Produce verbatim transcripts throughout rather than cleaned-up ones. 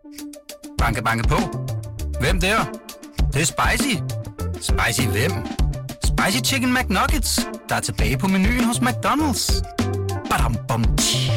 Banke, banke på. Hvem der? Det, det er spicy. Spicy hvem? Spicy Chicken McNuggets, der er tilbage på menuen hos McDonald's. Badum, bom, tji.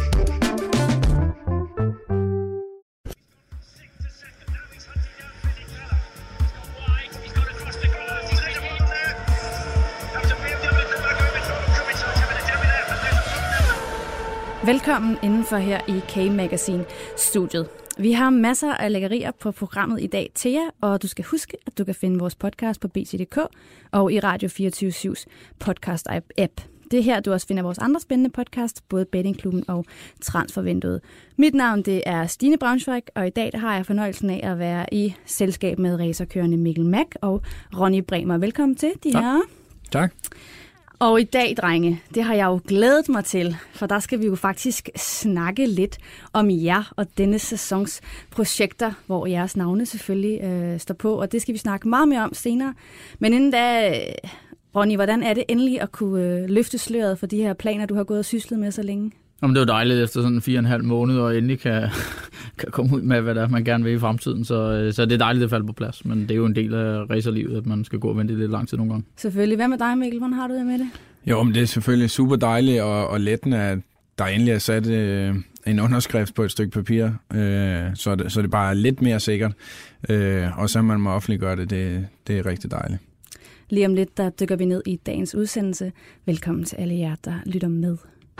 Velkommen indenfor her i K-Magazine-studiet. Vi har masser af lækkerier på programmet i dag til jer, og du skal huske, at du kan finde vores podcast på b t punktum d k og i Radio fireogtyve syv's podcast-app. Det er her, du også finder vores andre spændende podcast, både Bettingklubben og Transfervinduet. Mit navn det er Stine Braunschweig, og i dag der har jeg fornøjelsen af at være i selskab med racerkørende Mikkel Mack og Ronny Bremer. Velkommen til, de tak. her. Tak. Og i dag, drenge, det har jeg jo glædet mig til, for der skal vi jo faktisk snakke lidt om jer og denne sæsons projekter, hvor jeres navne selvfølgelig øh, står på, og det skal vi snakke meget mere om senere. Men inden da, Ronny, hvordan er det endelig at kunne øh, løfte sløret for de her planer, du har gået og syslet med så længe? Jamen, det er jo dejligt efter sådan fire og en halv måned, og endelig kan, kan komme ud med, hvad der man gerne vil i fremtiden. Så, så det er dejligt, at det falder på plads. Men det er jo en del af racerlivet, at man skal gå og vente lidt lang tid nogle gange. Selvfølgelig. Hvad med dig, Mikkel? Hvordan har du det med det? Jo, men det er selvfølgelig super dejligt og, og lettende, at der endelig er sat øh, en underskrift på et stykke papir, øh, så, det, så det bare er lidt mere sikkert. Øh, og så man må offentliggøre det, det, det er rigtig dejligt. Lige om lidt, der dykker vi ned i dagens udsendelse. Velkommen til alle jer, der lytter med.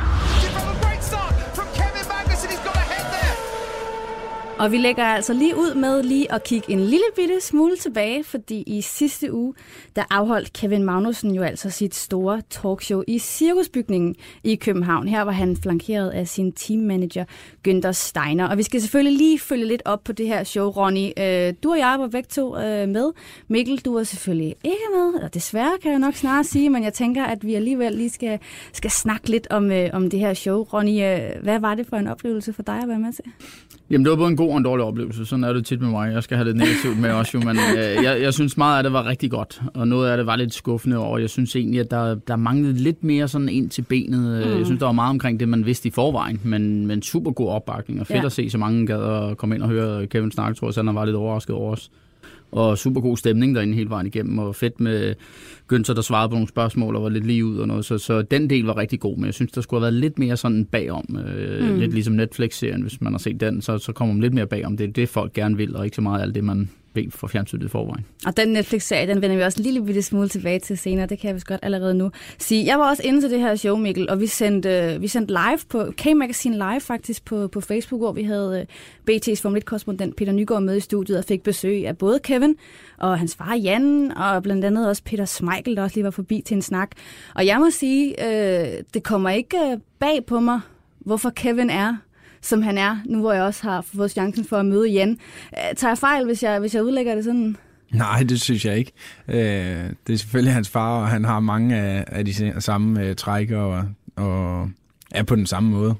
Og vi lægger altså lige ud med lige at kigge en lille bitte smule tilbage, fordi i sidste uge, der afholdt Kevin Magnussen jo altså sit store talkshow i Cirkusbygningen i København. Her var han flankeret af sin teammanager Günther Steiner. Og vi skal selvfølgelig lige følge lidt op på det her show, Ronny. Du og jeg var begge to med. Mikkel, du var selvfølgelig ikke med, eller desværre kan jeg nok snart sige, men jeg tænker, at vi alligevel lige skal, skal snakke lidt om, om det her show. Ronny, hvad var det for en oplevelse for dig at være med til? Jamen, det var både en god og en dårlig oplevelse. Sådan er det tit med mig. Jeg skal have det negativt med også, jo, men øh, jeg, jeg synes meget af det var rigtig godt, og noget af det var lidt skuffende over. Jeg synes egentlig, at der, der manglede lidt mere sådan ind til benet. Mm. Jeg synes, der var meget omkring det, man vidste i forvejen, men, men super god opbakning, og fedt ja. At se så mange gad at komme ind og høre Kevin snakke, tror jeg, han var lidt overrasket over os. Og super god stemning derinde hele vejen igennem, og fedt med Günther, der svarede på nogle spørgsmål og var lidt lige ud og noget. Så, så den del var rigtig god, men jeg synes, der skulle have været lidt mere sådan bagom. Øh, mm. Lidt ligesom Netflix-serien, hvis man har set den, så, så kommer man lidt mere bagom. Det er det, folk gerne vil, og ikke så meget alt det, man ved for fjernsynet i forvejen. Og den Netflix-serie, den vender vi også en lille bitte smule tilbage til senere. Det kan jeg vist godt allerede nu sige. Jeg var også inde til det her show, Mikkel, og vi sendte, vi sendte live på K-Magazine Live faktisk på, på Facebook, hvor vi havde B T's Formel et-korrespondent Peter Nygaard med i studiet og fik besøg af både Kevin og hans far Jan, og blandt andet også Peter Schmeichel, der også lige var forbi til en snak. Og jeg må sige, øh, det kommer ikke bag på mig, hvorfor Kevin er som han er, nu hvor jeg også har fået chancen for at møde Jan. Tager jeg fejl, hvis jeg, hvis jeg udlægger det sådan? Nej, det synes jeg ikke. Det er selvfølgelig hans far, og han har mange af de samme træk og, og er på den samme måde.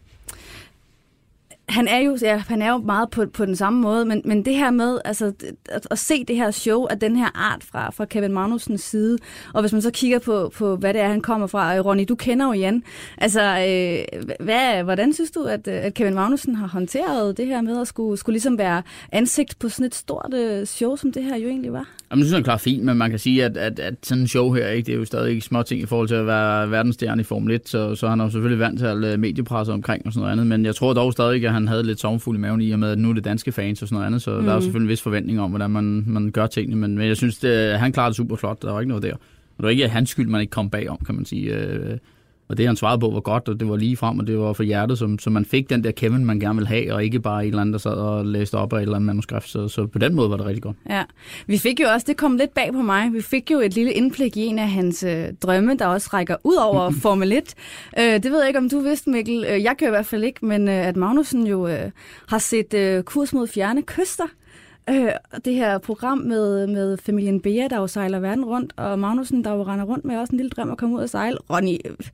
Han er jo, ja, han er jo meget på, på den samme måde, men, men det her med altså, at, at se det her show af den her art fra, fra Kevin Magnussens side, og hvis man så kigger på, på hvad det er, han kommer fra, Ronny, du kender jo Jan. Altså, øh, hvad, hvordan synes du, at, at Kevin Magnussen har håndteret det her med at skulle, skulle ligesom være ansigt på sådan et stort øh, show, som det her jo egentlig var? Jamen, det synes jeg er klart fint, men man kan sige, at, at, at sådan en show her, ikke, det er jo stadig ikke små ting i forhold til at være verdensstjerne i Formel et, så, så han er jo selvfølgelig vant til alle mediepresser omkring og sådan noget andet, men jeg tror dog stadig, at han havde lidt sommerfugl i maven i og med, at nu er det danske fans og sådan noget andet, så mm. der er jo selvfølgelig en vis forventning om, hvordan man, man gør tingene, men, men jeg synes, det, han klarede det super flot, der var ikke noget der. Og det var ikke hans skyld, man ikke kom bagom, kan man sige. Og det, han svarede på, var godt, og det var lige frem, og det var for hjertet, så, så man fik den der Kevin, man gerne ville have, og ikke bare et eller andet, der sad og læste op af et eller andet manuskript. Så, så på den måde var det rigtig godt. Ja, vi fik jo også, det kom lidt bag på mig, vi fik jo et lille indblik i en af hans øh, drømme, der også rækker ud over Formel et. Øh, det ved jeg ikke, om du vidste, Mikkel. Jeg gør i hvert fald ikke, men øh, at Magnussen jo øh, har set øh, kurs mod fjerne kyster. Øh, det her program med, med familien Bea, der jo sejler verden rundt, og Magnussen, der jo render rundt med også en lille drøm at komme ud og sejle. Ronny,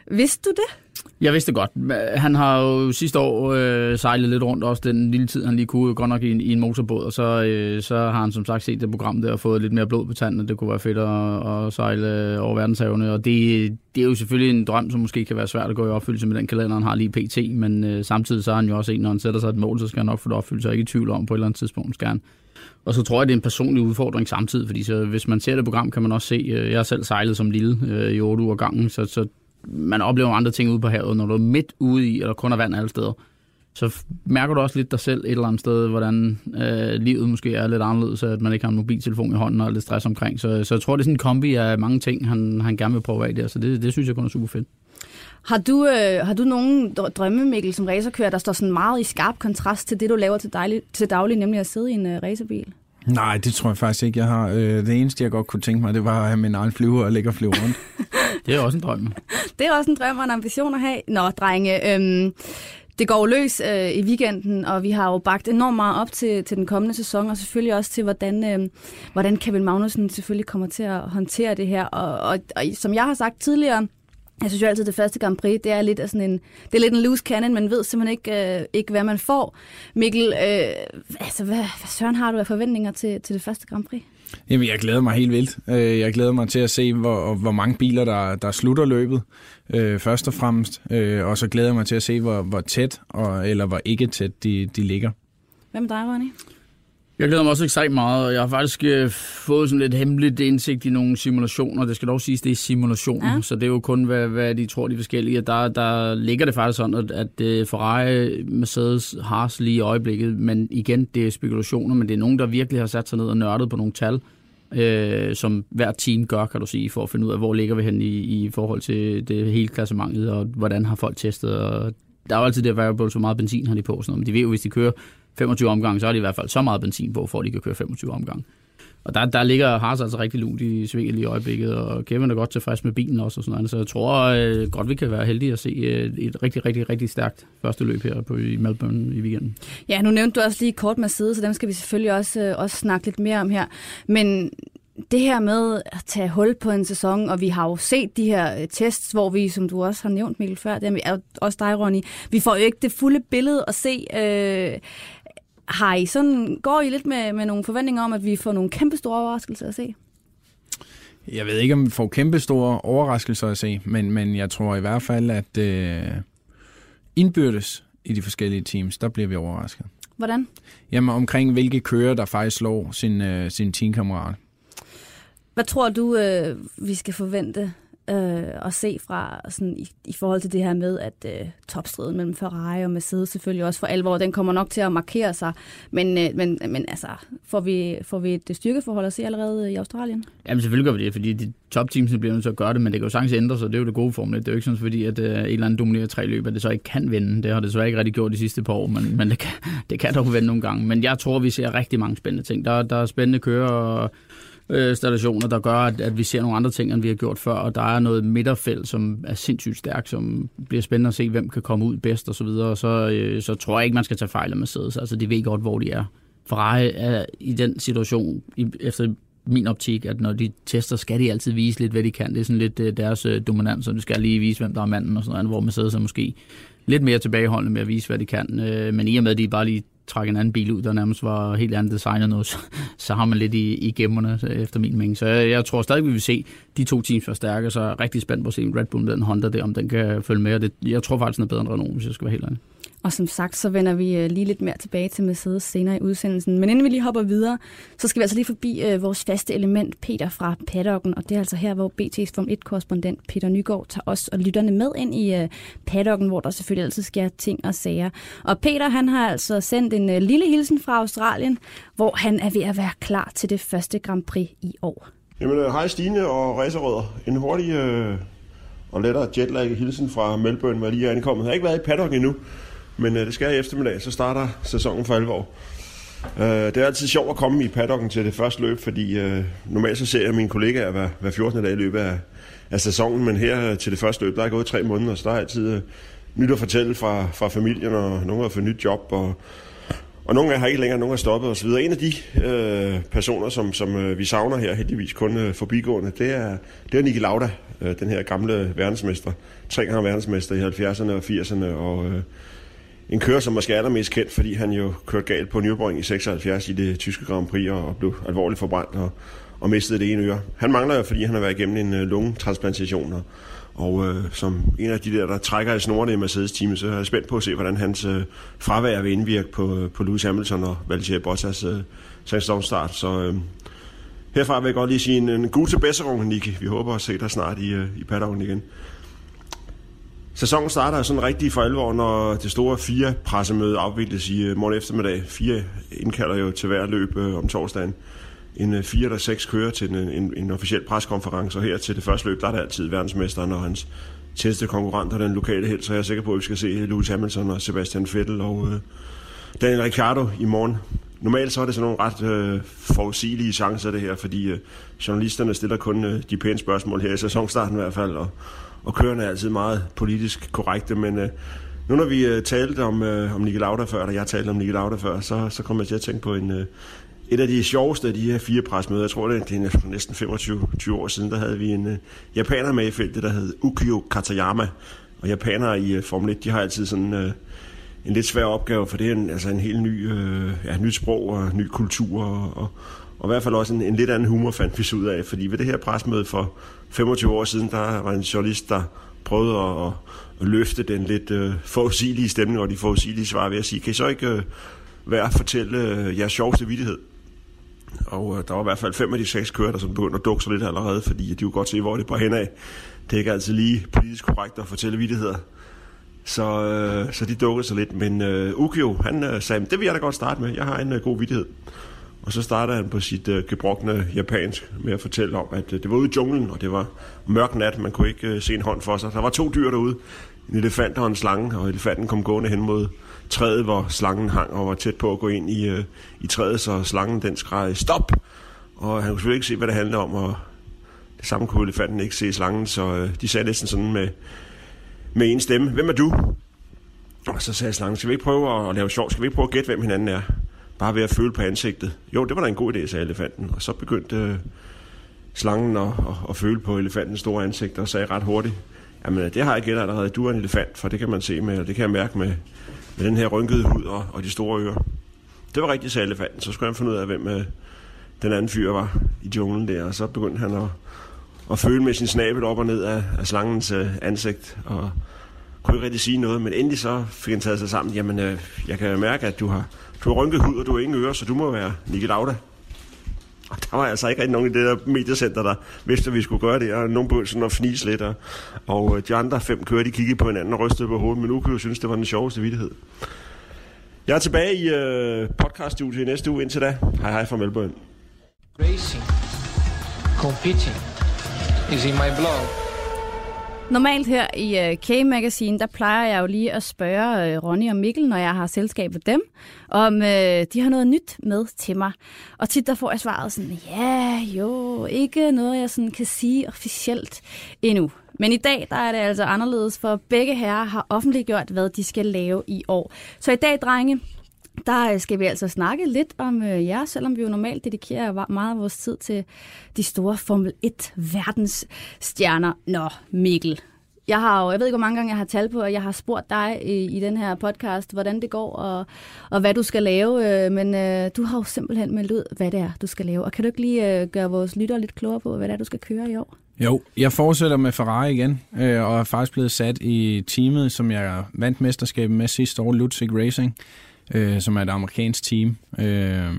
Vidste du det? Jeg vidste godt. Han har jo sidste år øh, sejlet lidt rundt, også den lille tid, han lige kunne, godt nok i en, i en motorbåd, og så, øh, så har han som sagt set det program der og fået lidt mere blod på tanden, det kunne være fedt at, at sejle over verdenshavene, og det, det er jo selvfølgelig en drøm, som måske kan være svært at gå i opfyldelse med den kalender, han har lige pt, men øh, samtidig så er han jo også en, når han sætter sig et mål, så skal han nok få det opfyldt, så jeg er ikke i tvivl om på et eller andet tidspunkt, skal han. Og så tror jeg, det er en personlig udfordring samtidig, fordi så, hvis man ser det program, kan man også se, øh, jeg har selv sejlet som lille øh, i otte uger gangen, så, så man oplever andre ting ude på havet, når du er midt ude i, eller kun er vand alle steder. Så mærker du også lidt dig selv et eller andet sted, hvordan øh, livet måske er lidt anderledes, at man ikke har en mobiltelefon i hånden og lidt stress omkring. Så, så jeg tror, det er sådan en kombi af mange ting, han, han gerne vil prøve af der, så det, det synes jeg kun er super fedt. Har du, øh, har du nogen drømme, Mikkel, som racerkører, der står sådan meget i skarp kontrast til det, du laver til, dejlig, til daglig, nemlig at sidde i en øh, racerbil? Nej, det tror jeg faktisk ikke, jeg har. Det eneste, jeg godt kunne tænke mig, det var at have min egen flyver og ligge og flyve rundt. Det er også en drøm. Det er også en drøm og en ambition at have. Nå, drenge, øhm, det går jo løs øh, i weekenden, og vi har jo bagt enormt meget op til, til den kommende sæson, og selvfølgelig også til, hvordan, øh, hvordan Kevin Magnussen selvfølgelig kommer til at håndtere det her. Og, og, og som jeg har sagt tidligere, jeg synes jo altid, at det første Grand Prix, det er lidt, af sådan en, det er lidt en loose cannon, man ved simpelthen ikke, øh, ikke hvad man får. Mikkel, øh, altså, hvad, hvad søren har du af forventninger til, til det første Grand Prix? Jamen, jeg glæder mig helt vildt. Jeg glæder mig til at se, hvor, hvor mange biler, der, der slutter løbet, øh, først og fremmest. Øh, og så glæder jeg mig til at se, hvor, hvor tæt, og, eller hvor ikke tæt de, de ligger. Hvad med dig, Ronny? Jeg glæder mig også ekstremt meget, og jeg har faktisk øh, fået sådan lidt hemmeligt indsigt i nogle simulationer. Det skal dog siges, det er simulationer, ja. Så det er jo kun, hvad, hvad de tror, de forskellige. Der, der ligger det faktisk sådan, at, at øh, Ferrari, Mercedes, Haas lige i øjeblikket, men igen, det er spekulationer, men det er nogen, der virkelig har sat sig ned og nørdet på nogle tal, øh, som hver team gør, kan du sige, for at finde ud af, hvor ligger vi hen i, i forhold til det hele klassementet, og hvordan har folk testet. Og der er jo altid det variable, så meget benzin har de på, sådan noget. Men de ved jo, hvis de kører femogtyve omgange, så er de i hvert fald så meget benzin på, for at de kan køre femogtyve omgange. Og der, der ligger Haas altså rigtig lunt i svinget lige i øjeblikket, og Kevin er godt tilfreds med bilen også og sådan noget. Så jeg tror øh, godt, vi kan være heldige at se øh, et rigtig, rigtig, rigtig stærkt første løb her på, i Melbourne i weekenden. Ja, nu nævnte du også lige kort Mercedes, så dem skal vi selvfølgelig også, øh, også snakke lidt mere om her. Men det her med at tage hul på en sæson, og vi har jo set de her tests, hvor vi, som du også har nævnt, Mikkel, før, det er også dig, Ronny, vi får jo ikke det fulde billede at se. Øh, Har I sådan, går I lidt med, med nogle forventninger om, at vi får nogle kæmpe store overraskelser at se? Jeg ved ikke, om vi får kæmpe store overraskelser at se, men, men jeg tror i hvert fald, at øh, indbyrdes i de forskellige teams, der bliver vi overrasket. Hvordan? Jamen omkring, hvilke kører, der faktisk slår sin, øh, sin teamkammerat. Hvad tror du, øh, vi skal forvente øh, at se fra sådan, i, i forhold til det her med, at øh, topstriden mellem Ferrari og Mercedes selvfølgelig også for alvor, den kommer nok til at markere sig. Men, øh, men, men altså, får vi, får vi et styrkeforhold at se allerede i Australien? Jamen selvfølgelig gør vi det, fordi de topteamsene bliver nødt til at gøre det, men det kan jo sagtens ændre sig, det er jo det gode formel. Det er jo ikke sådan, fordi at øh, et eller andet dominerer tre løb, at det så ikke kan vinde. Det har det så ikke rigtig gjort de sidste par år, men, men det, kan, det kan dog vende nogle gange. Men jeg tror, vi ser rigtig mange spændende ting. Der, der er spændende kører og stationer, der gør, at, at vi ser nogle andre ting, end vi har gjort før, og der er noget midterfelt, som er sindssygt stærkt, som bliver spændende at se, hvem kan komme ud bedst og så videre, og så, øh, så tror jeg ikke, man skal tage fejl af Mercedes. Altså, de ved godt, hvor de er. Ferrari er i den situation, i, efter min optik, at når de tester, skal de altid vise lidt, hvad de kan. Det er sådan lidt øh, deres øh, dominans, og de skal lige vise, hvem der er manden og sådan noget, hvor Mercedes er måske lidt mere tilbageholdende med at vise, hvad de kan. Øh, men i og med, at de bare lige trække en anden bil ud, der nærmest var helt andet designet noget, så, så har man lidt i, i gemmerne, efter min mening. Så jeg, jeg tror stadig, vi vil se de to teams forstærke, så jeg er rigtig spændt på at se Red Bull med den Honda der, om den kan følge med. Det, jeg tror faktisk, den er bedre end Renault, hvis jeg skal være helt ærlig. Og som sagt, så vender vi lige lidt mere tilbage til Mercedes senere i udsendelsen. Men inden vi lige hopper videre, så skal vi altså lige forbi øh, vores faste element, Peter fra paddocken. Og det er altså her, hvor B T's Formel et-korrespondent Peter Nygaard tager os og lytterne med ind i øh, paddocken, hvor der selvfølgelig altid sker ting og sager. Og Peter, han har altså sendt en øh, lille hilsen fra Australien, hvor han er ved at være klar til det første Grand Prix i år. Jamen, hej Stine og racerrødder. En hurtig øh, og lettere jetlag hilsen fra Melbourne, hvor jeg lige er ankommet. Jeg har ikke været i paddocken endnu. Men øh, det skal i eftermiddag, så starter sæsonen for alvor. Øh, det er altid sjovt at komme i paddocken til det første løb, fordi øh, normalt så ser jeg mine kollegaer hver, hver fjortende dag i løbet af, af sæsonen, men her til det første løb, der er gået tre måneder, så der er altid øh, nyt at fortælle fra, fra familien, og nogen har fået nyt job, og, Og nogle af har ikke længere, nogen har stoppet osv. En af de øh, personer, som, som øh, vi savner her, heldigvis kun øh, forbigående, det er, det er Niki Lauda, øh, den her gamle verdensmester. Tre gange verdensmester i halvfjerdserne og firserne, og øh, en kører, som måske er allermest kendt, fordi han jo kørte galt på Nürburgring i seksoghalvfjerds i det tyske Grand Prix, og blev alvorligt forbrændt og, og mistede det ene øre. Han mangler jo, fordi han har været igennem en øh, lungetransplantation, og Og øh, som en af de der, der trækker i snorene i Mercedes-teamet, så er jeg spændt på at se, hvordan hans øh, fravær vil indvirke på, på Lewis Hamilton og Valtteri Bottas øh, sæsonstart. Så øh, herfra vil jeg godt lige sige en, en god til Besserung, Niki. Vi håber at se dig snart i, øh, i paddocken igen. Sæsonen starter sådan rigtig for alvor, når det store fire pressemøde afvikles i øh, morgen eftermiddag. Fire indkalder jo til hver løb øh, om torsdagen. En fire eller seks kører til en, en, en officiel preskonference, og her til det første løb, der er det altid verdensmesteren og hans tætteste konkurrenter, den lokale helt, så jeg er sikker på, at vi skal se Lewis Hamilton og Sebastian Vettel og øh, Daniel Ricciardo i morgen. Normalt så er det sådan nogle ret øh, forudsigelige chancer det her, fordi øh, journalisterne stiller kun øh, de pæne spørgsmål her i sæsonstarten i hvert fald, og, og kørerne er altid meget politisk korrekte, men øh, nu når vi øh, talte om, øh, om Niki Lauda før, eller jeg talte om Niki Lauda før, så, så kom jeg til at tænke på en... Øh, Et af de sjoveste af de her fire presmøder, jeg tror det er næsten femogtyve år siden, der havde vi en uh, japaner med i feltet, der hed Ukio Katayama. Og japanere i uh, Formel et, de har altid sådan uh, en lidt svær opgave, for det er en, altså en helt ny, uh, ja, nyt sprog og ny kultur, og, og, og i hvert fald også en, en lidt anden humor fandt vi ud af, fordi ved det her presmøde for femogtyve år siden, der var en journalist, der prøvede at, at, at løfte den lidt uh, forudsigelige stemning og de forudsigelige svar ved at sige, kan I så ikke uh, være at fortælle uh, jeres sjoveste vittighed? Og øh, der var i hvert fald fem af de seks kører, der sådan begyndte at dukke sig lidt allerede, fordi de kunne godt se, hvor det er på henad. Det er ikke altid lige politisk korrekt at fortælle vittigheder. Så, øh, så de dukkede sig lidt. Men øh, Ukio, han øh, sagde, det vil jeg da godt starte med. Jeg har en øh, god vittighed. Og så startede han på sit øh, gebrokne japansk med at fortælle om, at øh, det var ude i junglen, og det var mørk nat. Man kunne ikke øh, se en hånd for sig. Der var to dyr derude. En elefant og en slange, og elefanten kom gående hen mod træet, hvor slangen hang og var tæt på at gå ind i, øh, i træet, så slangen den skreg stop. Og han kunne selvfølgelig ikke se, hvad det handlede om, og det samme kunne elefanten ikke se slangen, så øh, de sagde næsten sådan med, med en stemme, hvem er du? Og så sagde slangen, skal vi ikke prøve at lave sjov, skal vi ikke prøve at gætte, hvem hinanden er? Bare ved at føle på ansigtet. Jo, det var da en god idé, sagde elefanten, og så begyndte øh, slangen at, at, at føle på elefantens store ansigt, og sagde ret hurtigt, jamen det har jeg gættet allerede, du er en elefant, for det kan man se med, og det kan jeg mærke med, med den her rynkede hud og, og de store ører. Det var rigtigt, sagde elefanten. Så skulle han finde ud af, hvem øh, den anden fyr var i junglen der, og så begyndte han at, at føle med sin snabel op og ned af, af slangens øh, ansigt, og kunne ikke rigtig sige noget, men endelig så fik han taget sig sammen. Jamen, øh, jeg kan mærke, at du har, du har rynket hud, og du har ingen ører, så du må være Niki Lauda. Og der var altså ikke rigtig nogen i det der mediecenter, der vidste, at vi skulle gøre det, og nogen begyndte sådan at fnise lidt, og, og de andre fem kører, de kiggede på hinanden og rystede på hovedet, men nu kunne jeg synes, det var den sjoveste vittighed. Jeg er tilbage i øh, podcaststudiet i næste uge. Indtil da, hej hej fra Melbourne. Racing, competing is in my blood. Normalt her i uh, K-Magazine, der plejer jeg jo lige at spørge uh, Ronny og Mikkel, når jeg har selskab med dem, om uh, de har noget nyt med til mig. Og tit der får jeg svaret sådan, ja, jo, ikke noget, jeg sådan kan sige officielt endnu. Men i dag, der er det altså anderledes, for begge herrer har offentliggjort, hvad de skal lave i år. Så i dag, drenge, der skal vi altså snakke lidt om øh, jer, selvom vi jo normalt dedikerer meget af vores tid til de store Formel et verdensstjerner. Nå, Mikkel. Jeg har jo, jeg ved ikke, hvor mange gange jeg har talt på, og jeg har spurgt dig i, i den her podcast, hvordan det går, og, og hvad du skal lave. Øh, men øh, du har jo simpelthen meldt ud, hvad det er, du skal lave. Og kan du ikke lige øh, gøre vores lyttere lidt klogere på, hvad det er, du skal køre i år? Jo, jeg fortsætter med Ferrari igen, øh, og er faktisk blevet sat i teamet, som jeg vandt mesterskabet med sidste år, Luzig Racing, øh, som er et amerikansk team. Øh,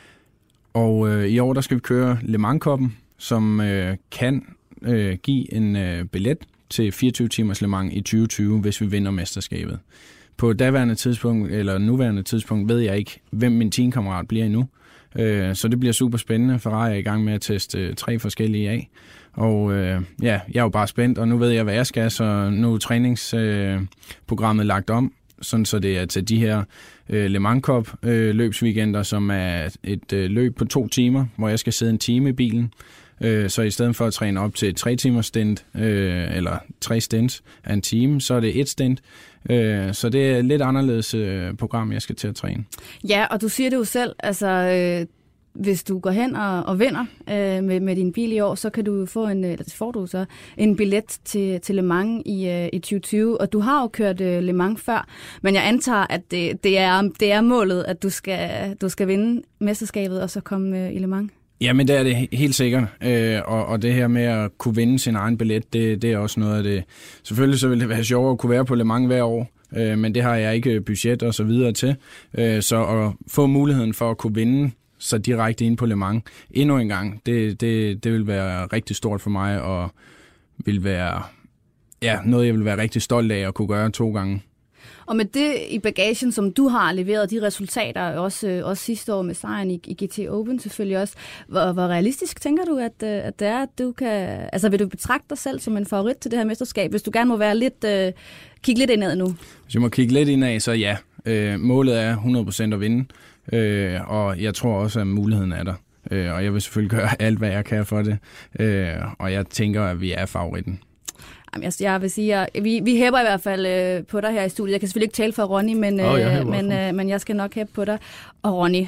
og øh, i år, der skal vi køre Le Mans-koppen, som øh, kan øh, give en øh, billet til fireogtyve timers Le Mans i tyve tyve, hvis vi vinder mesterskabet. På daværende tidspunkt, eller nuværende tidspunkt, ved jeg ikke, hvem min teamkammerat bliver endnu. Øh, så det bliver super spændende. Ferrari er i gang med at teste øh, tre forskellige af. Og øh, ja, jeg er jo bare spændt, og nu ved jeg, hvad jeg skal, så nu er træningsprogrammet øh, lagt om, sådan så det er til de her øh, Le Mans Cup øh, løbsweekender, som er et øh, løb på to timer, hvor jeg skal sidde en time i bilen. Øh, så i stedet for at træne op til tre timers stint, øh, eller tre stints af en time, så er det et stint, Øh, så det er et lidt anderledes øh, program, jeg skal til at træne. Ja, og du siger det jo selv, altså øh, hvis du går hen og, og vinder øh, med, med din bil i år, så kan du få en, eller får du så, en billet til, til Le Mans i, øh, i tyve tyve, og du har jo kørt øh, Le Mans før, men jeg antager, at det, det, er, det er målet, at du skal, du skal vinde mesterskabet og så komme øh, i Le Mans. Jamen, det er det helt sikkert, øh, og, og det her med at kunne vinde sin egen billet, det, det er også noget af det. Selvfølgelig så vil det være sjovere at kunne være på Le Mans hver år, øh, men det har jeg ikke budget og så videre til. Øh, så at få muligheden for at kunne vinde så direkte ind på Le Mans endnu en gang, det, det, det vil være rigtig stort for mig, og vil være ja, noget, jeg vil være rigtig stolt af at kunne gøre to gange. Og med det i bagagen, som du har leveret, de resultater, også, også sidste år med sejren i, i G T Open selvfølgelig også, hvor, hvor realistisk tænker du, at, at det er, at du kan... Altså vil du betragte dig selv som en favorit til det her mesterskab, hvis du gerne må være lidt... Uh, kigge lidt indad nu? Hvis jeg må kigge lidt indad, så ja. Øh, målet er hundrede procent at vinde, øh, og jeg tror også, at muligheden er der. Øh, og jeg vil selvfølgelig gøre alt, hvad jeg kan for det. Øh, og jeg tænker, at vi er favoritten. Jeg, jeg vil sige, at vi, vi hæpper i hvert fald øh, på dig her i studiet. Jeg kan selvfølgelig ikke tale for Ronny, men, øh, oh, jeg, men, øh, men jeg skal nok hæppe på dig. Og Ronny,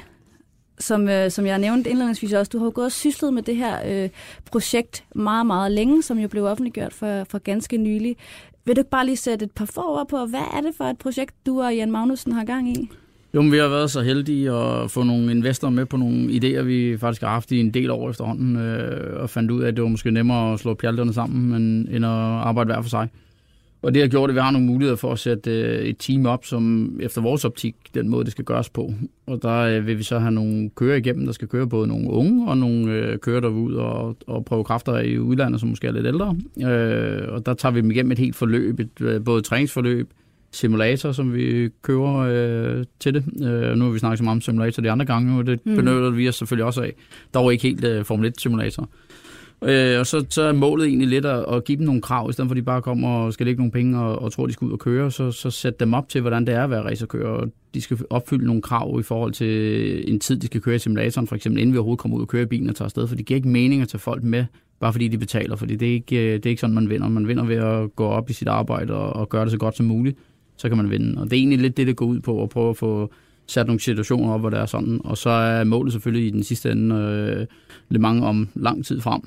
som, øh, som jeg nævnte indledningsvis også, du har jo gået og syslet med det her øh, projekt meget, meget længe, som jo blev offentliggjort for, for ganske nylig. Vil du ikke bare lige sætte et par forord på, hvad er det for et projekt, du og Jan Magnussen har gang i? Jo, men vi har været så heldige at få nogle investorer med på nogle idéer, vi faktisk har haft i en del år efterhånden, øh, og fandt ud af, at det var måske nemmere at slå pjalterne sammen, end, end at arbejde hver for sig. Og det har gjort, at vi har nogle muligheder for at sætte øh, et team op, som efter vores optik, den måde, det skal gøres på. Og der øh, vil vi så have nogle kører igennem, der skal køre både nogle unge og nogle øh, kører derud og, og prøve kræfter i udlandet, som måske er lidt ældre. Øh, og der tager vi dem igennem et helt forløb, et, øh, både træningsforløb, simulator, som vi køber øh, til det. Øh, nu har vi snakket så meget om simulator de andre gange, og det mm. benytter vi os selvfølgelig også af. Der var ikke helt øh, Formel et simulator. Øh, og så, så er målet egentlig lidt at, at give dem nogle krav, i stedet for at de bare kommer og skal lægge nogle penge og, og tror, de skal ud og køre, så, så sæt dem op til, hvordan det er at være racerkører. De skal opfylde nogle krav i forhold til en tid, de skal køre i simulatoren, for eksempel inden vi overhovedet kommer ud og kører i bilen og tager afsted, for det giver ikke mening at tage folk med, bare fordi de betaler, fordi det er ikke, det er ikke sådan, man vinder. Man vinder ved at gå op i sit arbejde og, og gøre det så godt som muligt, så kan man vinde. Og det er egentlig lidt det, det går ud på, at prøve at få sat nogle situationer op, hvor det er sådan. Og så er målet selvfølgelig i den sidste ende øh, Le Mans om lang tid frem.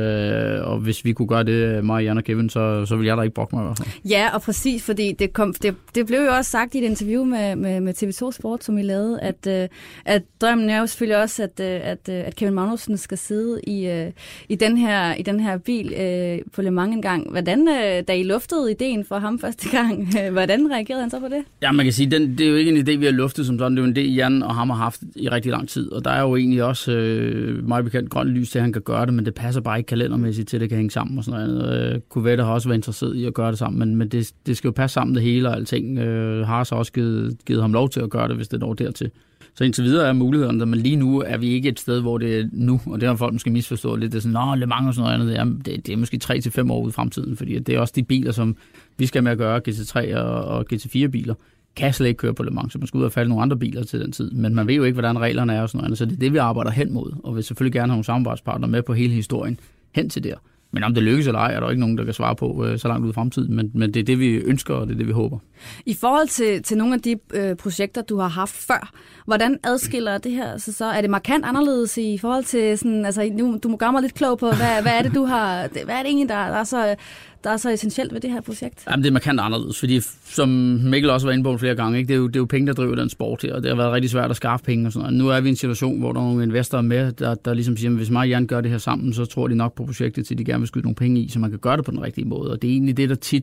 Øh, og hvis vi kunne gøre det, mig, Jan og Kevin, så, så ville jeg da ikke brokke mig i hvert fald. Ja, og præcis, fordi det, kom, det, det blev jo også sagt i et interview med, med, med T V to Sport, som I lavede, at, øh, at drømmen er jo selvfølgelig også, at, at, at Kevin Magnussen skal sidde i, øh, i, den, her, i den her bil øh, på Le Mans en gang. Hvordan, øh, da I luftede ideen for ham første gang, øh, hvordan reagerede han så på det? Ja, man kan sige, den, det er jo ikke en idé, vi har luftet som sådan. Det er jo en idé, Jan og ham har haft i rigtig lang tid. Og der er jo egentlig også øh, meget bekendt grønt lys til, at han kan gøre det, men det passer bare ikke kalendermæssigt til, at det kan hænge sammen og sådan noget. Øh, Kuvette har også været interesseret i at gøre det sammen, men, men det, det skal jo passe sammen det hele og alting. Øh, har så også givet, givet ham lov til at gøre det, hvis det når dertil. Så indtil videre er mulighederne, men lige nu er vi ikke et sted, hvor det er nu, og det har folk måske misforstået lidt. Det er sådan, nå, Le Mans og sådan noget andet, det er, det er måske tre til fem år ude i fremtiden, fordi det er også de biler, som vi skal med at gøre, G T tre og, og G T fire biler, kan slet ikke køre på Le Mans, så man skal ud og falde nogle andre biler til den tid. Men man ved jo ikke, hvordan reglerne er og sådan noget, så det er det, vi arbejder hen mod, og vil selvfølgelig gerne have nogle samarbejdspartnere med på hele historien hen til der. Men om det lykkes eller ej, er der ikke nogen, der kan svare på øh, så langt ud i fremtiden, men, men det er det, vi ønsker, og det er det, vi håber. I forhold til, til nogle af de øh, projekter, du har haft før, hvordan adskiller det her? Så, så er det markant anderledes i forhold til, sådan, altså nu, du må gøre mig lidt klog på, hvad, hvad er det, du har, hvad er det egentlig, der, der, er så, der er så essentielt ved det her projekt? Jamen, det er markant anderledes, fordi som Mikkel også var inde på flere gange, ikke? Det, er jo, det er jo penge, der driver den sport her, og det har været rigtig svært at skaffe penge og sådan noget. Nu er vi i en situation, hvor der er nogle investorer med, der, der ligesom siger, at hvis mig og Jan gør det her sammen, så tror de nok på projektet, til de gerne vil skyde nogle penge i, så man kan gøre det på den rigtige måde. Og det er egentlig det, der tit,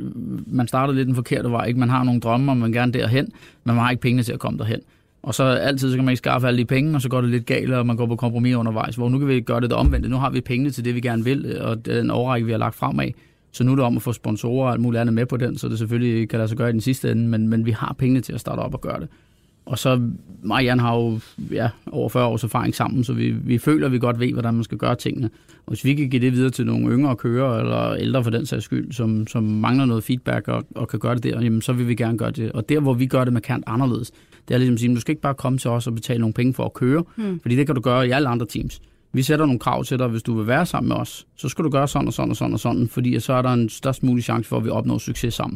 man starter lidt den forkerte vej, ikke? Man har nogle drømme, og man gerne derhen, men man har ikke penge til at komme derhen. Og så altid så kan man ikke skaffe alle de penge, og så går det lidt galt, og man går på kompromis undervejs. Hvor nu kan vi gøre det det omvendte. Nu har vi pengene til det, vi gerne vil, og den overrække, vi har lagt fremad. Så nu er det om at få sponsorer og alt muligt andet med på den, så det selvfølgelig kan lade sig gøre i den sidste ende, men, men vi har pengene til at starte op og gøre det. Og så mig og Jan har jo ja, over fyrre års erfaring sammen, så vi, vi føler, at vi godt ved, hvordan man skal gøre tingene. Og hvis vi kan give det videre til nogle yngre kører, eller ældre for den sags skyld, som, som mangler noget feedback og, og kan gøre det der, jamen, så vil vi gerne gøre det. Og der, hvor vi gør det markant anderledes, det er ligesom at sige, du skal ikke bare komme til os og betale nogle penge for at køre, hmm. fordi det kan du gøre i alle andre teams. Vi sætter nogle krav til dig, hvis du vil være sammen med os, så skal du gøre sådan og sådan og sådan og sådan, fordi så er der en størst mulig chance for, at vi opnår succes sammen.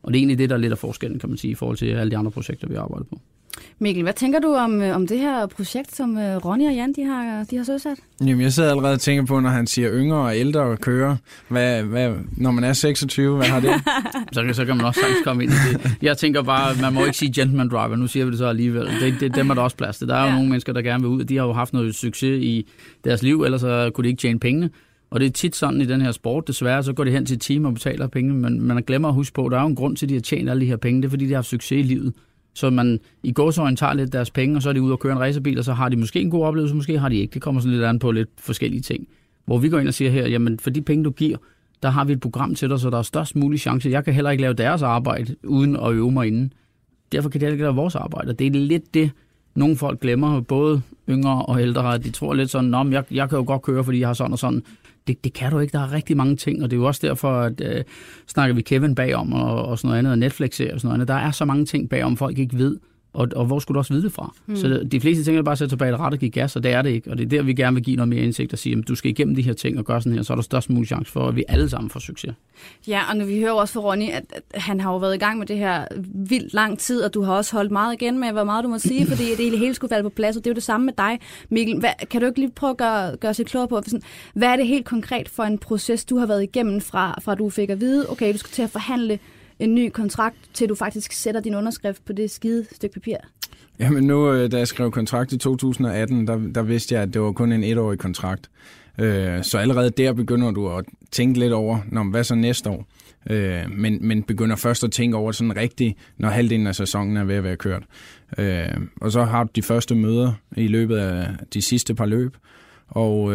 Og det er egentlig det, der er lidt af forskellen, kan man sige, i forhold til alle de andre projekter, vi arbejder på. Mikkel, hvad tænker du om, om det her projekt, som Ronny og Jan de har, de har søsat? Jamen, jeg sidder allerede og tænker på, når han siger yngre og ældre og kører. Hvad, hvad, når man er seksogtyve, hvad har det? så, så kan man også sagtens komme ind i det. Jeg tænker bare, man må ikke sige gentleman driver, nu siger vi det så alligevel. Det, det, dem er der også plads til. Der er jo ja. nogle mennesker, der gerne vil ud. De har jo haft noget succes i deres liv, ellers så kunne de ikke tjene pengene. Og det er tit sådan i den her sport, desværre, så går de hen til et team og betaler penge, men man glemmer at huske på, at der er jo en grund til, at de har tjent alle de her penge. Det er, fordi de har haft succes i livet. Så man i gåseøjne tager lidt deres penge, og så er de ude og køre en racerbil, og så har de måske en god oplevelse, måske har de ikke. Det kommer sådan lidt an på lidt forskellige ting. Hvor vi går ind og siger her, jamen for de penge, du giver, der har vi et program til dig, så der er størst mulig chance. Jeg kan heller ikke lave deres arbejde, uden at øve mig inden. Derfor kan de heller ikke lave vores arbejde. Det er lidt det, nogle folk glemmer, både yngre og ældre. De tror lidt sådan, nå, jeg, jeg kan jo godt køre, fordi jeg har sådan og sådan. Det, det kan du ikke. Der er rigtig mange ting, og det er jo også derfor, at øh, snakker vi Kevin bagom og, og sådan noget andet, og Netflix-serier og sådan noget andet. Der er så mange ting bagom, folk ikke ved, og, og hvor skulle du også vide det fra? Mm. Så det, de fleste ting er bare at sætte tilbage et ret og give gas, og det er det ikke. Og det er der, vi gerne vil give noget mere indsigt og sige, at du skal igennem de her ting og gøre sådan her, så er der størst mulig chance for, at vi alle sammen får succes. Ja, og når vi hører også fra Ronny, at, at han har jo været i gang med det her vildt lang tid, og du har også holdt meget igen med, hvor meget du må sige, fordi det hele, hele skulle falde på plads, og det er jo det samme med dig, Mikkel. Hvad, kan du ikke lige prøve at gøre, gøre sig klogere på, sådan, hvad er det helt konkret for en proces, du har været igennem fra, fra du fik at vide, okay, du skal til at forhandle en ny kontrakt, til du faktisk sætter din underskrift på det skide stykke papir? Jamen nu, da jeg skrev kontrakt i to tusind og atten, der, der vidste jeg, at det var kun en etårig kontrakt. Så allerede der begynder du at tænke lidt over, når, hvad så næste år? Men, men begynder først at tænke over sådan rigtigt, når halvdelen af sæsonen er ved at være kørt. Og så har du de første møder i løbet af de sidste par løb, og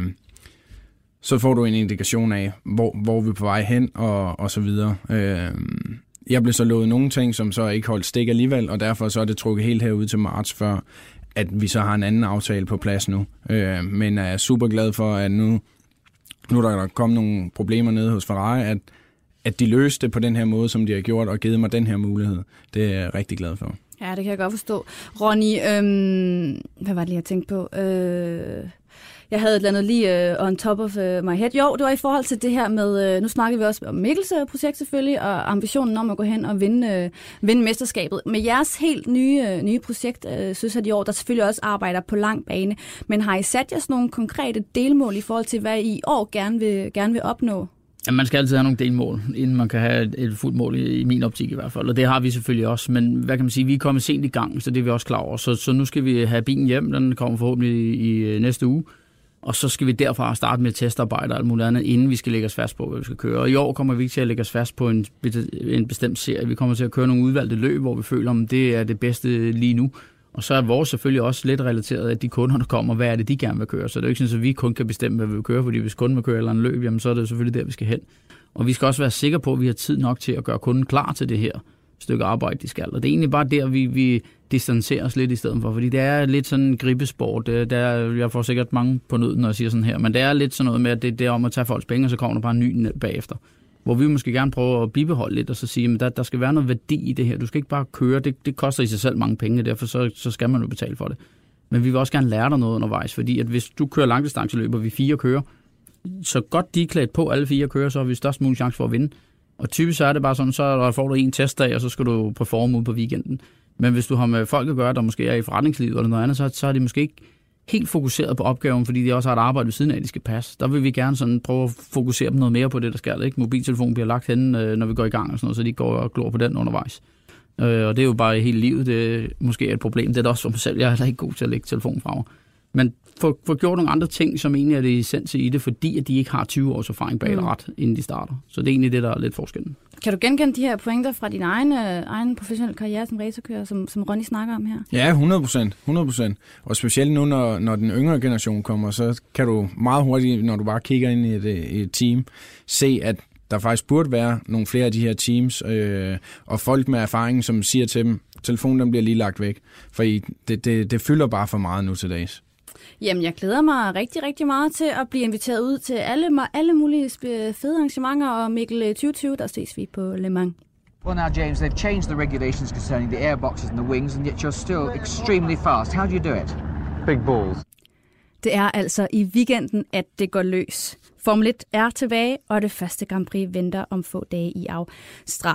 så får du en indikation af, hvor, hvor vi er på vej hen, og, og så videre. Jeg blev så lovet nogle ting, som så ikke holdt stik alligevel, og derfor så er det trukket helt herud til marts, før at vi så har en anden aftale på plads nu. Øh, men jeg er super glad for, at nu, nu der er der kommet nogle problemer nede hos Ferrari, at, at de løste det på den her måde, som de har gjort, og givet mig den her mulighed. Det er jeg rigtig glad for. Ja, det kan jeg godt forstå. Ronny, øhm, hvad var det lige, jeg tænkte på? Øh... Jeg havde et eller andet lige uh, on top of uh, my head. Jo, det var i forhold til det her med, uh, nu snakker vi også om Mikkels uh, projekt selvfølgelig, og ambitionen om at gå hen og vinde, uh, vinde mesterskabet. Med jeres helt nye, uh, nye projekt, uh, synes jeg i år, der selvfølgelig også arbejder på lang bane. Men har I sat jer sådan nogle konkrete delmål i forhold til, hvad I i år gerne vil, gerne vil opnå? Ja, man skal altid have nogle delmål, inden man kan have et, et fuldt mål, i, i min optik i hvert fald. Og det har vi selvfølgelig også, men hvad kan man sige, vi er kommet sent i gang, så det er vi også klar over. Så, så nu skal vi have bilen hjem, den kommer forhåbentlig i, i næste uge. Og så skal vi derfra starte med testarbejde og alt muligt andet, inden vi skal lægge os fast på, hvad vi skal køre. Og i år kommer vi til at lægge os fast på en, en bestemt serie. Vi kommer til at køre nogle udvalgte løb, hvor vi føler, om det er det bedste lige nu. Og så er vores selvfølgelig også lidt relateret, at de kunder, der kommer, hvad er det, de gerne vil køre. Så det er jo ikke sådan, at vi kun kan bestemme, hvad vi vil køre, fordi hvis kunden vil køre eller en løb, jamen så er det selvfølgelig der, vi skal hen. Og vi skal også være sikre på, at vi har tid nok til at gøre kunden klar til det her stykke arbejde, de skal. Og det er egentlig bare der, vi, vi distancerer os lidt i stedet for, fordi det er lidt sådan en grippesport. Det, det er, jeg får sikkert mange på nød, når jeg siger sådan her, men det er lidt sådan noget med, at det, det er om at tage folks penge, og så kommer der bare en ny bagefter. Hvor vi måske gerne prøver at bibeholde lidt, og så sige, at der, der skal være noget værdi i det her. Du skal ikke bare køre, det, det koster i sig selv mange penge, derfor så, så skal man jo betale for det. Men vi vil også gerne lære dig noget undervejs, fordi at hvis du kører langdistanceløb, og vi fire kører, så godt de er klædt på, alle fire kører, så har vi størst mulig chance for at vinde. Og typisk så er det bare sådan, så får du en testdag, og så skal du performe ud på weekenden. Men hvis du har med folk at gøre, der måske er i forretningslivet eller noget andet, så, så er de måske ikke helt fokuseret på opgaven, fordi de også har et arbejde ved siden af, de skal passe. Der vil vi gerne sådan prøve at fokusere dem noget mere på det, der skal. Ikke? Mobiltelefonen bliver lagt henne, når vi går i gang, og sådan noget, så de går og glor på den undervejs. Og det er jo bare hele livet, det måske er et problem. Det er da også for mig selv. Jeg er da ikke god til at lægge telefonen fra mig. Men få, få gjort nogle andre ting, som egentlig er det essentielle i det, fordi at de ikke har tyve års erfaring bag mm. ret, inden de starter. Så det er egentlig det, der er lidt forskellen. Kan du genkende de her pointer fra din egen, øh, egen professionelle karriere som racerkører, som, som Ronny snakker om her? Ja, hundrede procent. hundrede procent. Og specielt nu, når, når den yngre generation kommer, så kan du meget hurtigt, når du bare kigger ind i et, et team, se, at der faktisk burde være nogle flere af de her teams, øh, og folk med erfaring, som siger til dem, telefonen den bliver lige lagt væk. For det, det, det fylder bare for meget nu til dags. Jamen, jeg glæder mig rigtig, rigtig meget til at blive inviteret ud til alle, alle mulige fede arrangementer, og Mikkel tyve tyve, der ses vi på Le Mans. Well now, James, they've changed the regulations concerning the airboxes and the wings, and yet you're still extremely fast. How do you do it? Big balls. Det er altså i weekenden, at det går løs. Formel et er tilbage, og det første Grand Prix venter om få dage i Australien.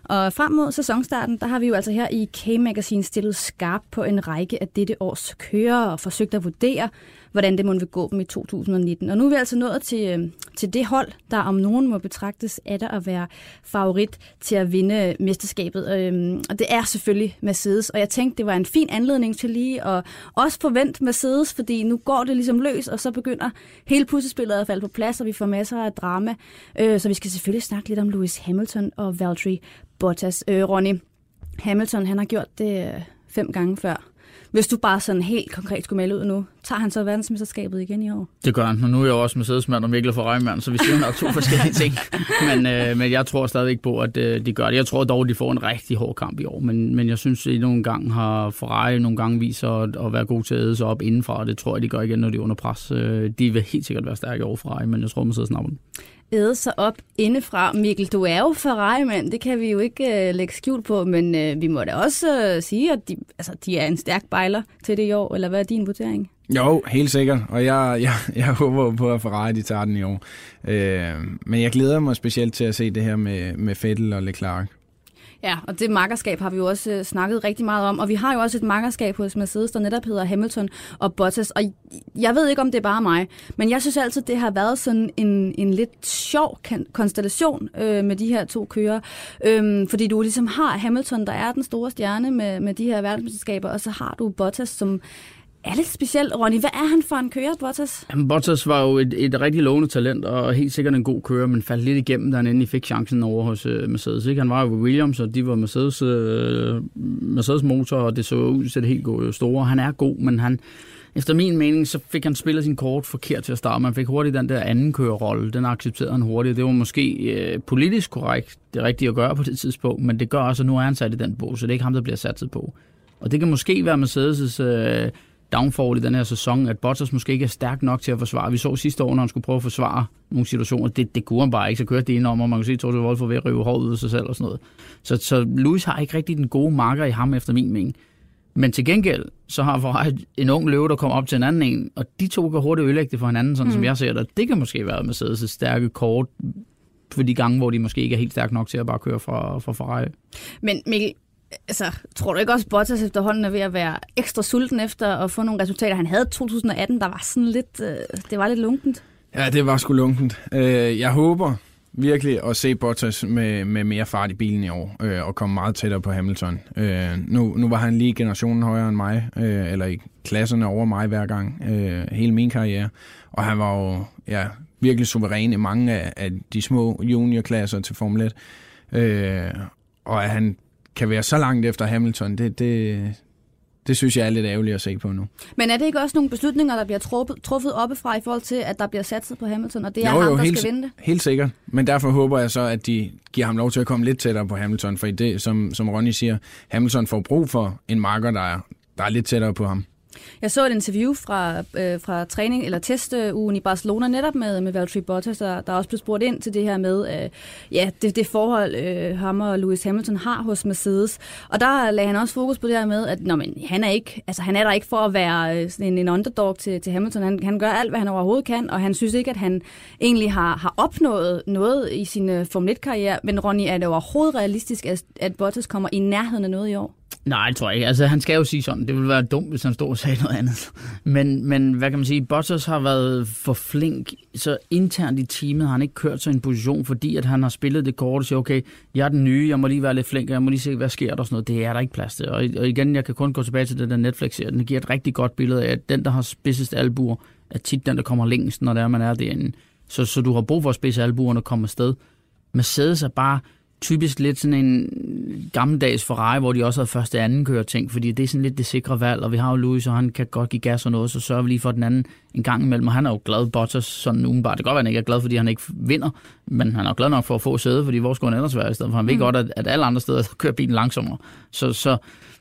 Og frem mod sæsonstarten, der har vi jo altså her i K-Magazine stillet skarp på en række af dette års kører og forsøgt at vurdere, hvordan det må vil gå dem i to tusind nitten. Og nu er vi altså nået til, til det hold, der om nogen må betragtes af der at være favorit til at vinde mesterskabet. Og det er selvfølgelig Mercedes, og jeg tænkte, det var en fin anledning til lige at også forvente Mercedes, fordi nu går det ligesom løs, og så begynder hele puslespillet at falde på plads, og vi får masser af drama. Så vi skal selvfølgelig snakke lidt om Lewis Hamilton og Valtteri Bottas. Ronny, Hamilton, han har gjort det fem gange før. Hvis du bare sådan helt konkret skulle melde ud nu, tager han så verdensmesterskabet igen i år? Det gør han, og nu er jeg også Mercedes-mand og Mikkel Ferrari-mand, så vi siger nok to forskellige ting. Men, øh, men jeg tror stadigvæk på, at øh, de gør det. Jeg tror dog, de får en rigtig hård kamp i år, men, men jeg synes, at nogle gange har Ferrari nogle gange viser at, at være god til at æde sig op indenfra, og det tror jeg, de gør igen, når de er under pres. De vil helt sikkert være stærke over Ferrari, men jeg tror, Mercedes snapper den. Æde sig op indefra. Mikkel, du er jo Ferrari-mand, det kan vi jo ikke uh, lægge skjul på, men uh, vi må da også uh, sige, at de, altså, de er en stærk bejler til det i år, eller hvad er din vurdering? Jo, helt sikkert, og jeg, jeg, jeg håber på, at Ferrari de tager den i år. Øh, men jeg glæder mig specielt til at se det her med, med Vettel og Leclerc. Ja, og det makkerskab har vi jo også snakket rigtig meget om, og vi har jo også et makkerskab hos Mercedes, der netop hedder Hamilton og Bottas, og jeg ved ikke, om det er bare mig, men jeg synes altid, det har været sådan en, en lidt sjov konstellation øh, med de her to kører, øh, fordi du ligesom har Hamilton, der er den store stjerne med, med de her verdensmesterskaber, og så har du Bottas, som er lidt specielt. Ronny, hvad er han for en kører, Bottas? Jamen, Bottas var jo et, et rigtig lovende talent, og helt sikkert en god kører, men faldt lidt igennem, da han endelig fik chancen over hos uh, Mercedes. Ikke? Han var jo ved Williams, og de var Mercedes, uh, Mercedes motor, og det så ud til det helt gode store. Han er god, men han, efter min mening, så fik han spillet sin kort forkert til at starte. Man fik hurtigt den der anden kørerrolle, den accepterede han hurtigt. Det var måske uh, politisk korrekt, det rigtige at gøre på det tidspunkt, men det gør også, at nu er han sat i den bog, så det er ikke ham, der bliver satset på. Og det kan måske være Mercedes' uh, downfall i den her sæson, at Bottas måske ikke er stærk nok til at forsvare. Vi så sidste år, når han skulle prøve at forsvare nogle situationer, det, det kunne han bare ikke, så kørte det ind om, og man kan se, at Toto Wolff var ved at rive håret ud af sig selv og sådan noget. Så, så Lewis har ikke rigtig den gode marker i ham, efter min mening. Men til gengæld, så har Ferrari en ung løve, der kommer op til en anden en, og de to kan hurtigt ødelægge det for hinanden, sådan mm. som jeg ser det. Det kan måske være Mercedes' stærke kort for de gange, hvor de måske ikke er helt stærke nok til at bare køre fra, fra Ferrari. Men Mikkel, altså, tror du ikke også, Bottas efterhånden er ved at være ekstra sulten efter at få nogle resultater? Han havde to tusind atten, der var sådan lidt, øh, det var lidt lunkent. Ja, det var sgu lunkent. Øh, jeg håber virkelig at se Bottas med, med mere fart i bilen i år, øh, og komme meget tættere på Hamilton. Øh, nu, nu var han lige generationen højere end mig, øh, eller i klasserne over mig hver gang, øh, hele min karriere. Og han var jo ja, virkelig suveræn i mange af, af de små juniorklasser til Formel et. Øh, og at han kan være så langt efter Hamilton, det, det, det synes jeg er lidt ærgerligt at se på nu. Men er det ikke også nogle beslutninger, der bliver truffet, truffet oppefra i forhold til, at der bliver satset på Hamilton, og det er jo, ham, jo, der helt, skal vinde det? Helt sikkert. Men derfor håber jeg så, at de giver ham lov til at komme lidt tættere på Hamilton, for det, som, som Ronny siger, Hamilton får brug for en marker, der er, der er lidt tættere på ham. Jeg så et interview fra, øh, fra træning eller testugen i Barcelona netop med, med Valtteri Bottas, der, der også blev spurgt ind til det her med øh, ja, det, det forhold, øh, ham og Lewis Hamilton har hos Mercedes. Og der lagde han også fokus på det her med, at nå, men, han, er ikke, altså, han er der ikke for at være øh, en, en underdog til, til Hamilton. Han, han gør alt, hvad han overhovedet kan, og han synes ikke, at han egentlig har, har opnået noget i sin øh, Formel et-karriere. Men Ronny, er det overhovedet realistisk, at, at Bottas kommer i nærheden af noget i år? Nej, det tror jeg ikke. Altså, han skal jo sige sådan. Det ville være dumt, hvis han stod og sagde noget andet. Men, men hvad kan man sige? Bottas har været for flink. Så internt i teamet har han ikke kørt sig i en position, fordi at han har spillet det kort og siger, okay, jeg er den nye, jeg må lige være lidt flink, jeg må lige se, hvad sker der og sådan noget. Det er der ikke plads til. Og, og igen, jeg kan kun gå tilbage til det der Netflix-serie. Den giver et rigtig godt billede af, at den, der har spidsest albuer, er tit den, der kommer længst, når det er, man er derinde. Så, så du har brug for at spidse albuerne og komme afsted. Mercedes er bare typisk lidt sådan en gammeldags Ferrari, hvor de også havde første anden kører ting, fordi det er sådan lidt det sikre valg, og vi har jo Lewis, og han kan godt give gas og noget, så sørger vi lige for den anden en gang imellem, og han er jo glad, Bottas sådan udenbart. Det kan godt være, at han ikke er glad, fordi han ikke vinder, men han er glad nok for at få sæde, fordi hvor skulle han ellers være i stedet for? Han ved mm. godt, at, at alle andre steder kører bilen langsommere. Så, så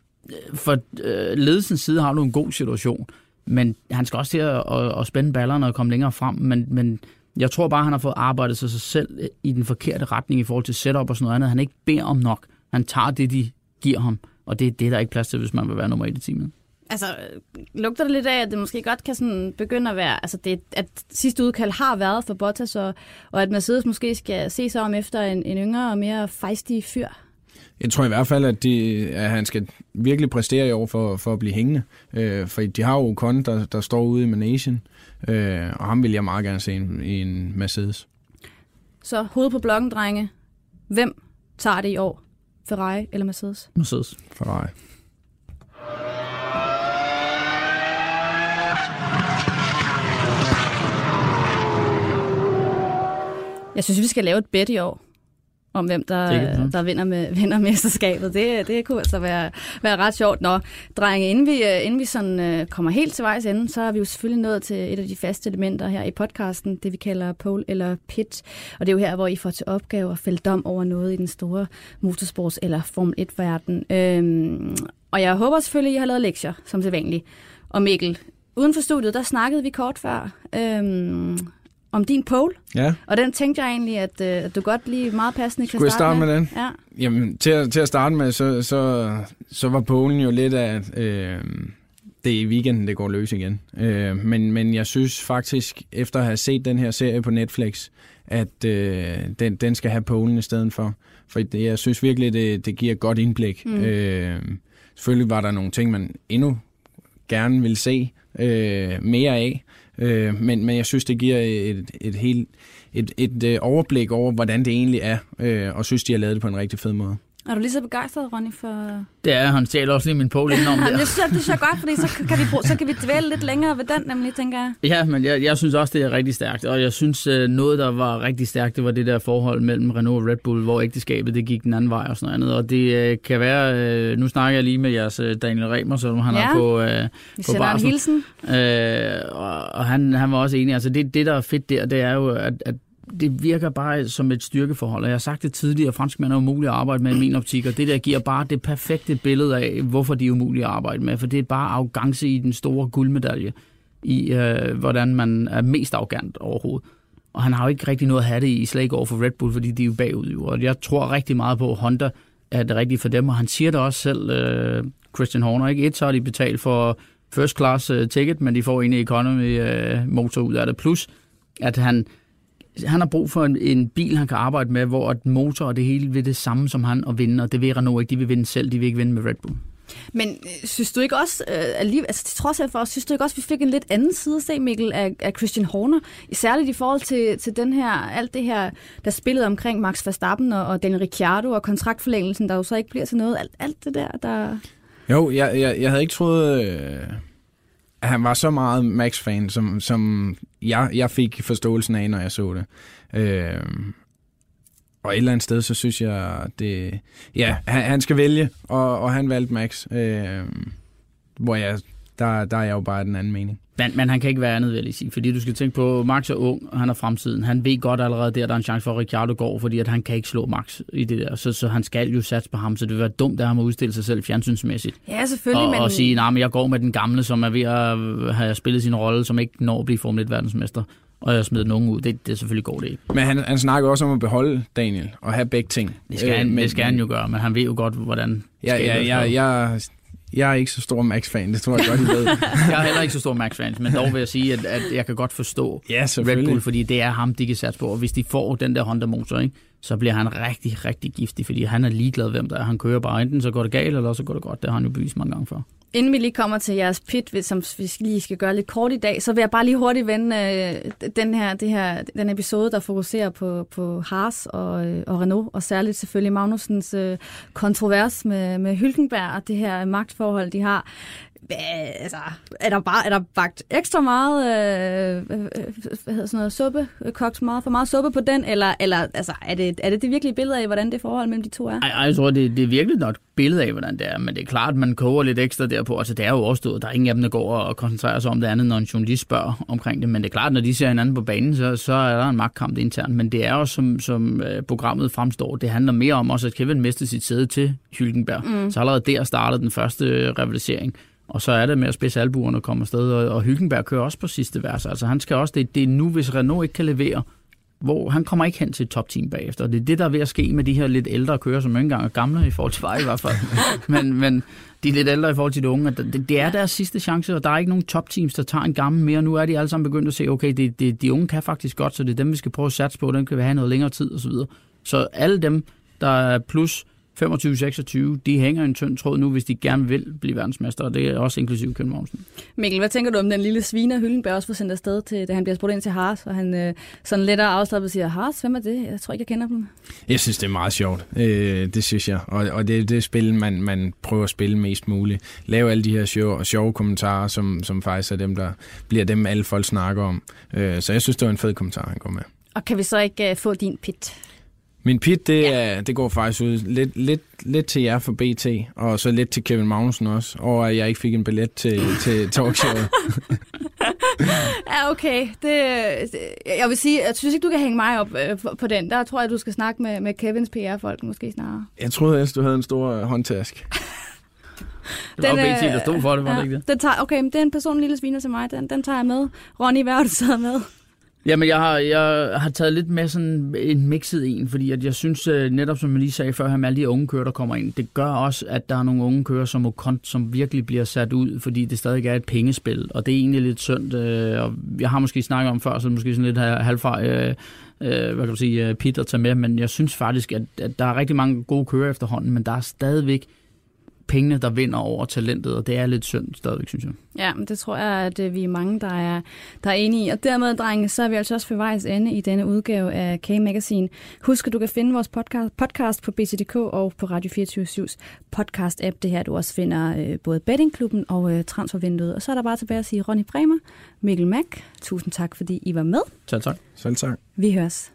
for øh, ledelsens side har du en god situation, men han skal også til at, at, at spænde ballerne og komme længere frem, men, men jeg tror bare, han har fået arbejdet sig selv i den forkerte retning i forhold til setup og sådan noget andet. Han ikke beder om nok. Han tager det, de giver ham, og det er det, der er ikke plads til, hvis man vil være nummer et i teamet. Altså, lugter det lidt af, at det måske godt kan sådan begynde at være, altså det, at sidste udkald har været for Bottas, og, og at Mercedes måske skal se sig om efter en, en yngre og mere fejstig fyr? Jeg tror i hvert fald, at, de, at han skal virkelig præstere i år for, for at blive hængende. Øh, for de har jo Ocon, der, der står ude i Managen, øh, og ham vil jeg meget gerne se i en, i en Mercedes. Så hoved på blokken, drenge. Hvem tager det i år? Ferrari eller Mercedes? Mercedes. Ferrari. Jeg synes, vi skal lave et bet i år om hvem der, det, der vinder, med, vinder mesterskabet. Det, det kunne altså være, være ret sjovt. Nå, drenge, inden vi, inden vi sådan, uh, kommer helt til vejs ende, så er vi jo selvfølgelig nået til et af de faste elementer her i podcasten, det vi kalder pole eller pit. Og det er jo her, hvor I får til opgave at fælde dom over noget i den store motorsports- eller Formel et-verden. Øhm, og jeg håber selvfølgelig, at I har lavet lektier, som sædvanligt. Og Mikkel, uden for studiet, der snakkede vi kort før øhm, om din pole. Ja. Og den tænkte jeg egentlig, at, øh, at du godt lige meget passende kan Skulle starte jeg starte med, med den? Ja. Jamen, til at, til at starte med, så, så, så var polen jo lidt af, øh, det i weekenden, det går løs igen. Øh, men, men jeg synes faktisk, efter at have set den her serie på Netflix, at øh, den, den skal have polen i stedet for. For det, jeg synes virkelig, det, det giver et godt indblik. Mm. Øh, selvfølgelig var der nogle ting, man endnu gerne vil se øh, mere af. Øh, men, men jeg synes, det giver et, et, helt, et, et, et overblik over, hvordan det egentlig er, øh, og synes, de har lavet det på en rigtig fed måde. Er du lige så begejstret, Ronny, for... Det er, han stjæler også lige min pole indenom der. det, synes jeg, det synes jeg godt, fordi så kan, vi, så kan vi dvæle lidt længere ved den, nemlig, tænker jeg. Ja, men jeg, jeg synes også, det er rigtig stærkt, og jeg synes, noget, der var rigtig stærkt, det var det der forhold mellem Renault og Red Bull, hvor ægteskabet, det gik den anden vej og sådan noget andet, og det øh, kan være, øh, nu snakker jeg lige med jeres Daniel Remer, som han ja. er på, øh, vi på barsel. En hilsen. Øh, og og han, han var også enig, altså det, det der er fedt der, det er jo, at, at det virker bare som et styrkeforhold, og jeg har sagt det tidligere, at franskmænd er umulige at arbejde med i min optik, og det der giver bare det perfekte billede af, hvorfor de er umulige at arbejde med, for det er bare arrogance i den store guldmedalje, i øh, hvordan man er mest arrogant overhovedet. Og han har jo ikke rigtig noget at have det i, slet ikke over for Red Bull, fordi de er jo bagud jo, og jeg tror rigtig meget på, at Honda er det rigtige for dem, og han siger det også selv, øh, Christian Horner, ikke? Et, så har de betalt for first class uh, ticket, men de får egentlig economy uh, motor ud af det, plus at han Han har brug for en, en bil, han kan arbejde med, hvor et motor og det hele vil det samme som han og vinde, og det vil Renault ikke. De vil vinde selv, de vil ikke vinde med Red Bull. Men øh, synes du ikke også, øh, alligevel, altså til trods af for os, synes du ikke også, vi fik en lidt anden side at se, Mikkel, af, af Christian Horner, særligt i forhold til, til den her, alt det her, der spillede omkring Max Verstappen og, og Daniel Ricciardo og kontraktforlængelsen, der jo så ikke bliver til noget, alt, alt det der, der... Jo, jeg, jeg, jeg havde ikke troet... Øh... at han var så meget Max-fan, som, som jeg, jeg fik forståelsen af, når jeg så det. Øh, og et eller andet sted, så synes jeg, det... Ja, han, han skal vælge, og, og han valgte Max. Øh, hvor jeg, der, der er jeg jo bare den anden mening. Men, men han kan ikke være andet, vil jeg sige. Fordi du skal tænke på, Max er ung, og han er fremtiden. Han ved godt allerede der, der er en chance for, at Ricciardo går, fordi at han kan ikke slå Max i det der. Så, så han skal jo satse på ham, så det vil være dumt, at han må udstille sig selv fjernsynsmæssigt. Ja, selvfølgelig. Og, men... og sige, nej, men jeg går med den gamle, som er ved at have spillet sin rolle, som ikke når at blive Formel et-verdensmester. Og jeg smider nogen ud. Det, det selvfølgelig går det ikke. Men han, han snakker også om at beholde Daniel og have begge ting. Det skal, han, øh, men, det skal han jo gøre, men han ved jo godt, hvordan... Ja, ja, ja, jeg... Jeg er ikke så stor Max-fan, det tror jeg godt, I ved. Jeg er heller ikke så stor Max-fan, men dog vil jeg sige, at, at jeg kan godt forstå ja, Red Bull, fordi det er ham, de kan satse på. Og hvis de får den der Honda-motor, ikke, så bliver han rigtig, rigtig giftig, fordi han er ligeglad, hvem der er. Han kører bare, enten så går det galt, eller så går det godt. Det har han jo bevist mange gange før. Inden vi lige kommer til jeres pit, som vi lige skal gøre lidt kort i dag, så vil jeg bare lige hurtigt vende øh, den her, det her, den episode, der fokuserer på, på Haas og, øh, og Renault, og særligt selvfølgelig Magnusens øh, kontrovers med, med Hülkenberg og det her magtforhold, de har. Altså, er der bare er der bagt ekstra meget øh, hvad hedder sådan noget suppe, kogt meget for meget suppe på den, eller eller altså er det er det det virkelige billede af hvordan det forhold mellem de to er? Ej, jeg tror det, det er virkelig nok et billede af hvordan det er, men det er klart at man koger lidt ekstra derpå. Altså det er jo overstået. Der er ingen af dem der går og koncentrerer sig om det andet, når en journalist spørger omkring det, men det er klart når de ser hinanden på banen, så så er der en magtkamp internt, men det er jo som som programmet fremstår. Det handler mere om også at Kevin mistede sit sæde til Hülkenberg. Mm. Så allerede der startede den første rivalisering. Og så er det med at spidse albuerne og komme afsted, og, og Hülkenberg kører også på sidste vers. Altså han skal også, det, det er nu, hvis Renault ikke kan levere, hvor han kommer ikke hen til et topteam bagefter. Det er det, der er ved at ske med de her lidt ældre kører, som ikke engang er gamle i forhold til vej i hvert fald. men, men de er lidt ældre i forhold til de unge. Det, det er deres sidste chance, og der er ikke nogen topteams, der tager en gammel mere. Nu er de alle sammen begyndt at se, okay, det, det, de unge kan faktisk godt, så det er dem, vi skal prøve at satse på. Den kan vi have noget længere tid osv. Så, så alle dem, der er plus femogtyve seksogtyve, de hænger i en tynd tråd nu, hvis de gerne vil blive verdensmester, og det er også inklusive Kevin Magnussen. Mikkel, hvad tænker du om den lille sviner Hülkenberg også får sendt afsted til, da han bliver spurgt ind til Haas, og han øh, sådan lettere afslappet siger, Haas, hvem er det? Jeg tror ikke, jeg kender dem. Jeg synes, det er meget sjovt. Øh, det synes jeg. Og, og det er det spil, man, man prøver at spille mest muligt. Lave alle de her sjove, sjove kommentarer, som, som faktisk er dem, der bliver dem, alle folk snakker om. Øh, så jeg synes, det var en fed kommentar, han går med. Og kan vi så ikke uh, få din pit? Min pit, det, ja. det går faktisk ud lidt, lidt, lidt til jer for B T, og så lidt til Kevin Magnussen også, og at jeg ikke fik en billet til, til talkshowet. Ja, okay. Det, jeg vil sige, jeg synes ikke, du kan hænge mig op øh, på, på den. Der tror jeg, du skal snakke med, med Kevins P R-folk måske snarere. Jeg troede ellers, du havde en stor håndtask. Det var den, B T, der stod for det, var ja, det ikke det? Den tager, okay, men det er en person, en lille sviner til mig. Den, den tager jeg med. Ronny, hvad har du taget med? Jamen, jeg har, jeg har taget lidt med sådan en mixet en, fordi at jeg synes, netop som jeg lige sagde før, her med alle de unge kører, der kommer ind, det gør også, at der er nogle unge kører som Ocon, som virkelig bliver sat ud, fordi det stadig er et pengespil, og det er egentlig lidt synd. Og jeg har måske snakket om før, så måske sådan lidt halvfra, øh, hvad kan du sige, pit at tage med, men jeg synes faktisk, at, at der er rigtig mange gode kører efterhånden, men der er stadigvæk pengene, der vinder over talentet, og det er lidt synd stadigvæk, synes jeg. Ja, men det tror jeg, at vi er mange, der er, der er enige i. Og dermed, drenge, så er vi altså også ved vejs ende i denne udgave af K-Magazine. Husk, at du kan finde vores podcast, podcast på B T punktum D K og på Radio fireogtyve syvs podcast-app. Det her, du også finder øh, både Bettingklubben og øh, Transfervinduet. Og så er der bare tilbage at sige Ronny Bremer, Mikkel Mack. Tusind tak, fordi I var med. Selv tak. Selv tak. Vi høres.